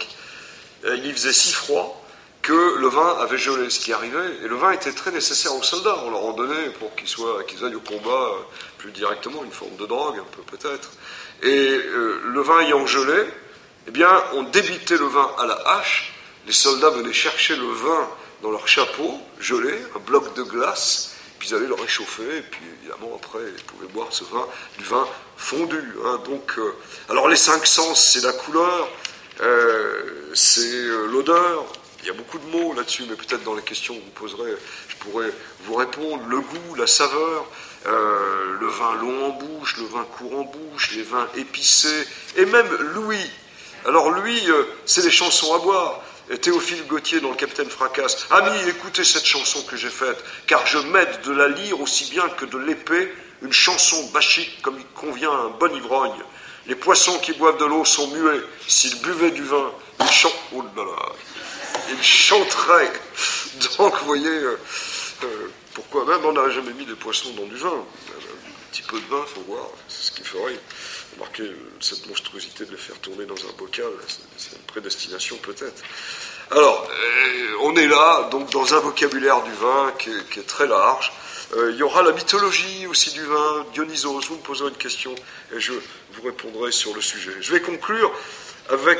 V, il y faisait si froid que le vin avait gelé, ce qui arrivait, et le vin était très nécessaire aux soldats. On leur en donnait pour qu'ils aillent au combat plus directement, une forme de drogue, un peu peut-être. Et le vin ayant gelé, eh bien, on débitait le vin à la hache, les soldats venaient chercher le vin dans leur chapeau, gelé, un bloc de glace, puis ils allaient le réchauffer, et puis évidemment après, ils pouvaient boire ce vin, du vin fondu. Hein. Donc, alors les 5 sens, c'est la couleur, c'est l'odeur, Il y a beaucoup de mots là-dessus, mais peut-être dans les questions que vous poserez, je pourrais vous répondre. Le goût, la saveur, le vin long en bouche, le vin court en bouche, les vins épicés, et même l'ouïe. Alors lui, c'est les chansons à boire. Et Théophile Gautier dans le Capitaine Fracasse. Amis, écoutez cette chanson que j'ai faite, car je m'aide de la lyre aussi bien que de l'épée, une chanson bachique comme il convient à un bon ivrogne. Les poissons qui boivent de l'eau sont muets. S'ils buvaient du vin, ils chantent. Oh là là, ils chanteraient. Donc, vous voyez, pourquoi même on n'a jamais mis des poissons dans du vin. Un petit peu de vin, il faut voir, c'est ce qu'il ferait. Remarquez cette monstruosité de les faire tourner dans un bocal, c'est une prédestination peut-être. Alors, on est là, donc dans un vocabulaire du vin qui est très large. Il y aura la mythologie aussi du vin, Dionysos, vous me poserez une question et je vous répondrai sur le sujet. Je vais conclure avec,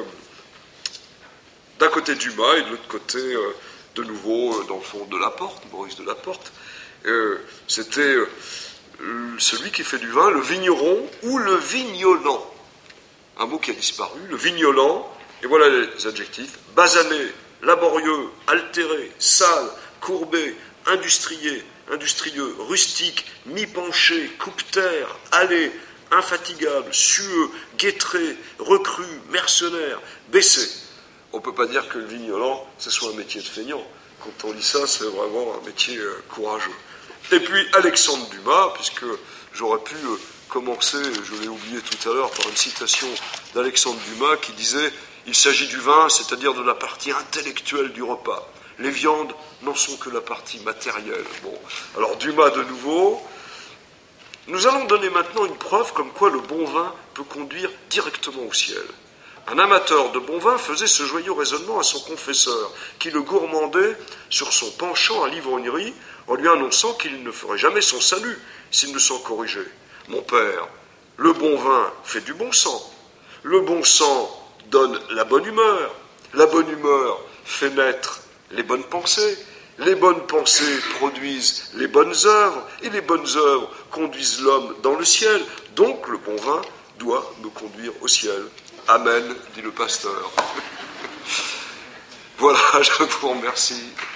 d'un côté Dumas et de l'autre côté, de nouveau, dans le fond, Delaporte, Maurice Delaporte. C'était celui qui fait du vin, le vigneron ou le vignolant. Un mot qui a disparu, le vignolant, et voilà les adjectifs: basané, laborieux, altéré, sale, courbé, industrieux, rustique, mi-penché, coupe-terre, allé, infatigable, sueux, guettré, recru, mercenaire, baissé. On ne peut pas dire que le vignolant, ce soit un métier de feignant. Quand on lit ça, c'est vraiment un métier courageux. Et puis Alexandre Dumas, puisque j'aurais pu commencer, je l'ai oublié tout à l'heure, par une citation d'Alexandre Dumas qui disait « Il s'agit du vin, c'est-à-dire de la partie intellectuelle du repas. Les viandes n'en sont que la partie matérielle. » Bon, alors Dumas de nouveau. Nous allons donner maintenant une preuve comme quoi le bon vin peut conduire directement au ciel. Un amateur de bon vin faisait ce joyeux raisonnement à son confesseur, qui le gourmandait sur son penchant à l'ivrognerie, en lui annonçant qu'il ne ferait jamais son salut s'il ne s'en corrigeait. « Mon père, le bon vin fait du bon sang. Le bon sang donne la bonne humeur fait naître les bonnes pensées produisent les bonnes œuvres, et les bonnes œuvres conduisent l'homme dans le ciel. Donc le bon vin doit me conduire au ciel. Amen, dit le pasteur. Voilà, je vous remercie.